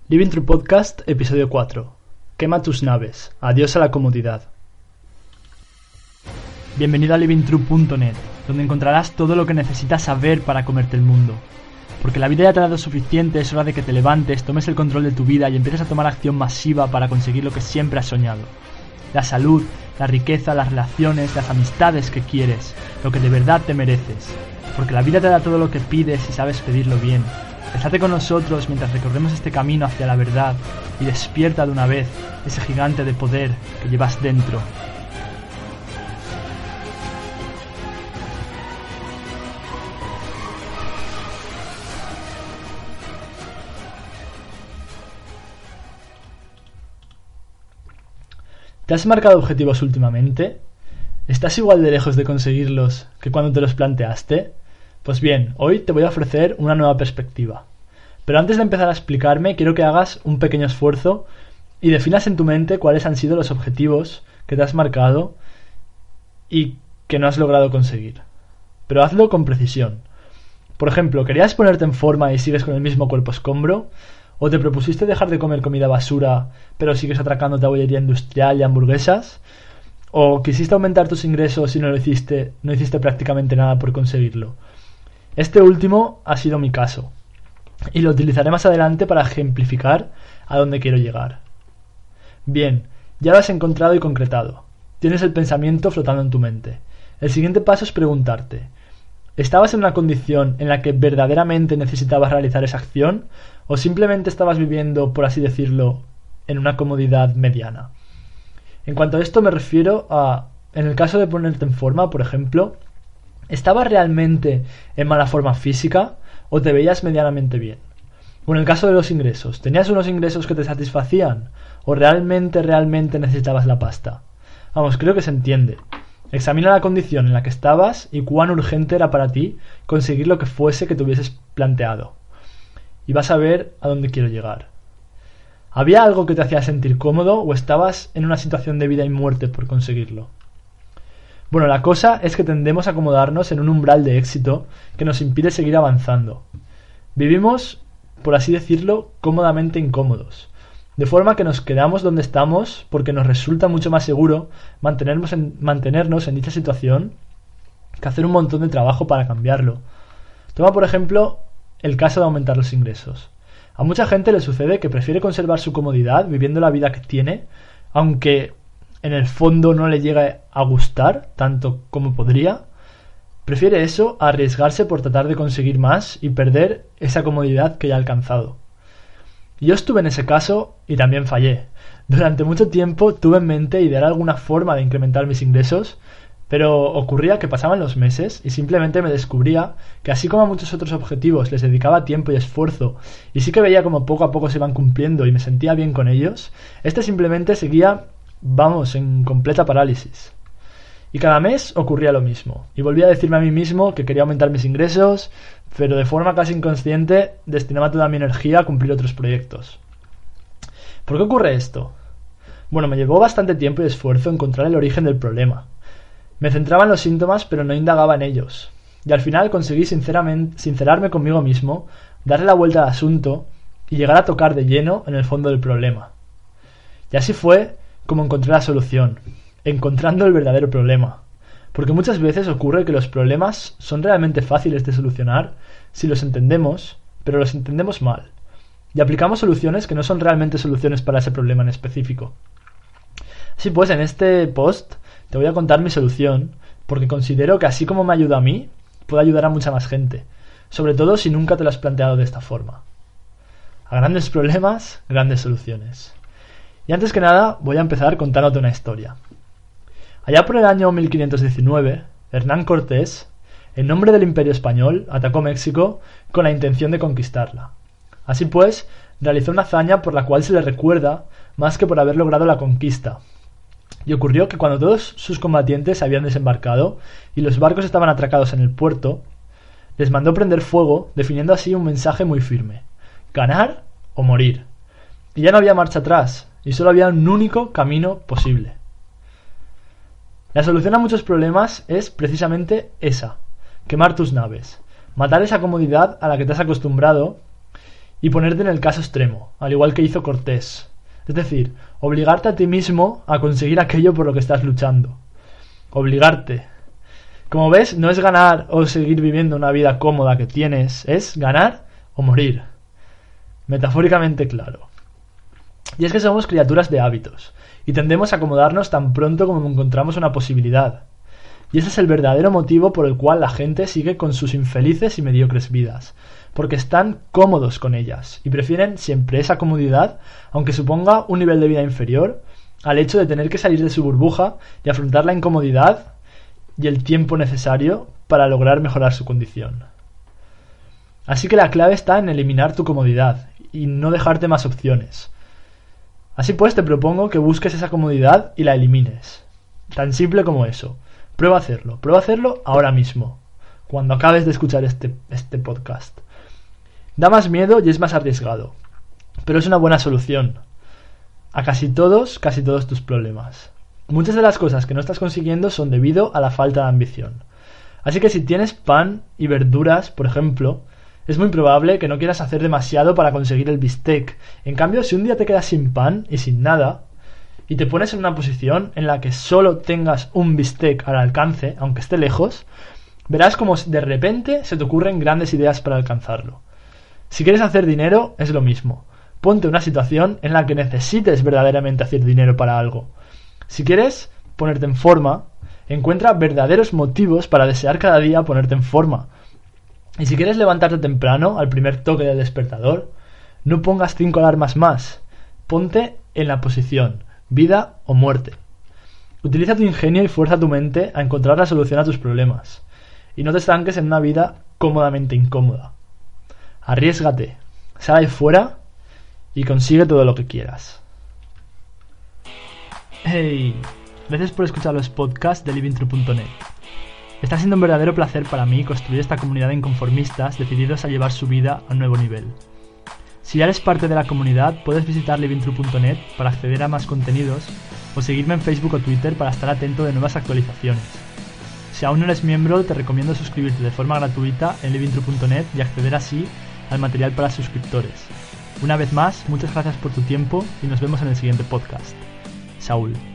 Living True Podcast, episodio 4. Quema tus naves. Adiós a la comodidad. Bienvenido a livingtrue.net, donde encontrarás todo lo que necesitas saber para comerte el mundo. Porque la vida ya te ha dado suficiente, es hora de que te levantes, tomes el control de tu vida y empieces a tomar acción masiva para conseguir lo que siempre has soñado. La salud, la riqueza, las relaciones, las amistades que quieres, lo que de verdad te mereces. Porque la vida te da todo lo que pides y sabes pedirlo bien. Estate con nosotros mientras recorremos este camino hacia la verdad y despierta de una vez ese gigante de poder que llevas dentro. ¿Te has marcado objetivos últimamente? ¿Estás igual de lejos de conseguirlos que cuando te los planteaste? Pues bien, hoy te voy a ofrecer una nueva perspectiva. Pero antes de empezar a explicarme, quiero que hagas un pequeño esfuerzo y definas en tu mente cuáles han sido los objetivos que te has marcado y que no has logrado conseguir. Pero hazlo con precisión. Por ejemplo, ¿querías ponerte en forma y sigues con el mismo cuerpo escombro? ¿O te propusiste dejar de comer comida basura, pero sigues atracándote a bollería industrial y hamburguesas? ¿O quisiste aumentar tus ingresos y no hiciste prácticamente nada por conseguirlo? Este último ha sido mi caso, y lo utilizaré más adelante para ejemplificar a dónde quiero llegar. Bien, ya lo has encontrado y concretado. Tienes el pensamiento flotando en tu mente. El siguiente paso es preguntarte: ¿estabas en una condición en la que verdaderamente necesitabas realizar esa acción? ¿O simplemente estabas viviendo, por así decirlo, en una comodidad mediana? En cuanto a esto me refiero a, en el caso de ponerte en forma, por ejemplo, ¿estabas realmente en mala forma física o te veías medianamente bien? O en el caso de los ingresos, ¿tenías unos ingresos que te satisfacían o realmente necesitabas la pasta? Vamos, creo que se entiende. Examina la condición en la que estabas y cuán urgente era para ti conseguir lo que fuese que te hubieses planteado. Y vas a ver a dónde quiero llegar. ¿Había algo que te hacía sentir cómodo o estabas en una situación de vida y muerte por conseguirlo? Bueno, la cosa es que tendemos a acomodarnos en un umbral de éxito que nos impide seguir avanzando. Vivimos, por así decirlo, cómodamente incómodos, de forma que nos quedamos donde estamos porque nos resulta mucho más seguro mantenernos en dicha situación que hacer un montón de trabajo para cambiarlo. Toma por ejemplo el caso de aumentar los ingresos. A mucha gente le sucede que prefiere conservar su comodidad viviendo la vida que tiene, aunque en el fondo no le llegue a gustar tanto como podría. Prefiere eso a arriesgarse por tratar de conseguir más y perder esa comodidad que ya ha alcanzado. Yo estuve en ese caso y también fallé. Durante mucho tiempo tuve en mente idear alguna forma de incrementar mis ingresos, pero ocurría que pasaban los meses y simplemente me descubría que así como a muchos otros objetivos les dedicaba tiempo y esfuerzo y sí que veía como poco a poco se iban cumpliendo y me sentía bien con ellos, este simplemente seguía, en completa parálisis. Y cada mes ocurría lo mismo y volvía a decirme a mí mismo que quería aumentar mis ingresos, pero de forma casi inconsciente destinaba toda mi energía a cumplir otros proyectos. ¿Por qué ocurre esto? Bueno, me llevó bastante tiempo y esfuerzo encontrar el origen del problema. Me centraba en los síntomas pero no indagaba en ellos. Y al final conseguí sincerarme conmigo mismo, darle la vuelta al asunto y llegar a tocar de lleno en el fondo del problema. Y así fue como encontré la solución, encontrando el verdadero problema. Porque muchas veces ocurre que los problemas son realmente fáciles de solucionar si los entendemos, pero los entendemos mal. Y aplicamos soluciones que no son realmente soluciones para ese problema en específico. Así pues, en este post te voy a contar mi solución, porque considero que así como me ayuda a mí, puede ayudar a mucha más gente, sobre todo si nunca te lo has planteado de esta forma. A grandes problemas, grandes soluciones. Y antes que nada, voy a empezar contándote una historia. Allá por el año 1519, Hernán Cortés, en nombre del Imperio Español, atacó México con la intención de conquistarla. Así pues, realizó una hazaña por la cual se le recuerda más que por haber logrado la conquista. Y ocurrió que cuando todos sus combatientes habían desembarcado y los barcos estaban atracados en el puerto, les mandó prender fuego, definiendo así un mensaje muy firme: ganar o morir. Y ya no había marcha atrás, y solo había un único camino posible. La solución a muchos problemas es precisamente esa: quemar tus naves, matar esa comodidad a la que te has acostumbrado y ponerte en el caso extremo, al igual que hizo Cortés. Es decir, obligarte a ti mismo a conseguir aquello por lo que estás luchando. Obligarte. Como ves, no es ganar o seguir viviendo una vida cómoda que tienes, es ganar o morir. Metafóricamente claro. Y es que somos criaturas de hábitos, y tendemos a acomodarnos tan pronto como encontramos una posibilidad. Y ese es el verdadero motivo por el cual la gente sigue con sus infelices y mediocres vidas, porque están cómodos con ellas, y prefieren siempre esa comodidad, aunque suponga un nivel de vida inferior, al hecho de tener que salir de su burbuja y afrontar la incomodidad y el tiempo necesario para lograr mejorar su condición. Así que la clave está en eliminar tu comodidad y no dejarte más opciones. Así pues, te propongo que busques esa comodidad y la elimines. Tan simple como eso. Prueba a hacerlo ahora mismo, cuando acabes de escuchar este podcast. Da más miedo y es más arriesgado, pero es una buena solución a casi todos tus problemas. Muchas de las cosas que no estás consiguiendo son debido a la falta de ambición. Así que si tienes pan y verduras, por ejemplo, es muy probable que no quieras hacer demasiado para conseguir el bistec. En cambio, si un día te quedas sin pan y sin nada, y te pones en una posición en la que solo tengas un bistec al alcance, aunque esté lejos, verás como de repente se te ocurren grandes ideas para alcanzarlo. Si quieres hacer dinero, es lo mismo. Ponte en una situación en la que necesites verdaderamente hacer dinero para algo. Si quieres ponerte en forma, encuentra verdaderos motivos para desear cada día ponerte en forma. Y si quieres levantarte temprano, al primer toque del despertador, no pongas 5 alarmas más. Ponte en la posición, vida o muerte. Utiliza tu ingenio y fuerza tu mente a encontrar la solución a tus problemas. Y no te estanques en una vida cómodamente incómoda. Arriésgate, sal ahí fuera y consigue todo lo que quieras. Hey, gracias por escuchar los podcasts de livingtrue.net. Está siendo un verdadero placer para mí construir esta comunidad de inconformistas decididos a llevar su vida a un nuevo nivel. Si ya eres parte de la comunidad, puedes visitar livingtrue.net para acceder a más contenidos o seguirme en Facebook o Twitter para estar atento de nuevas actualizaciones. Si aún no eres miembro, te recomiendo suscribirte de forma gratuita en livingtrue.net y acceder así al material para suscriptores. Una vez más, muchas gracias por tu tiempo y nos vemos en el siguiente podcast. Saúl.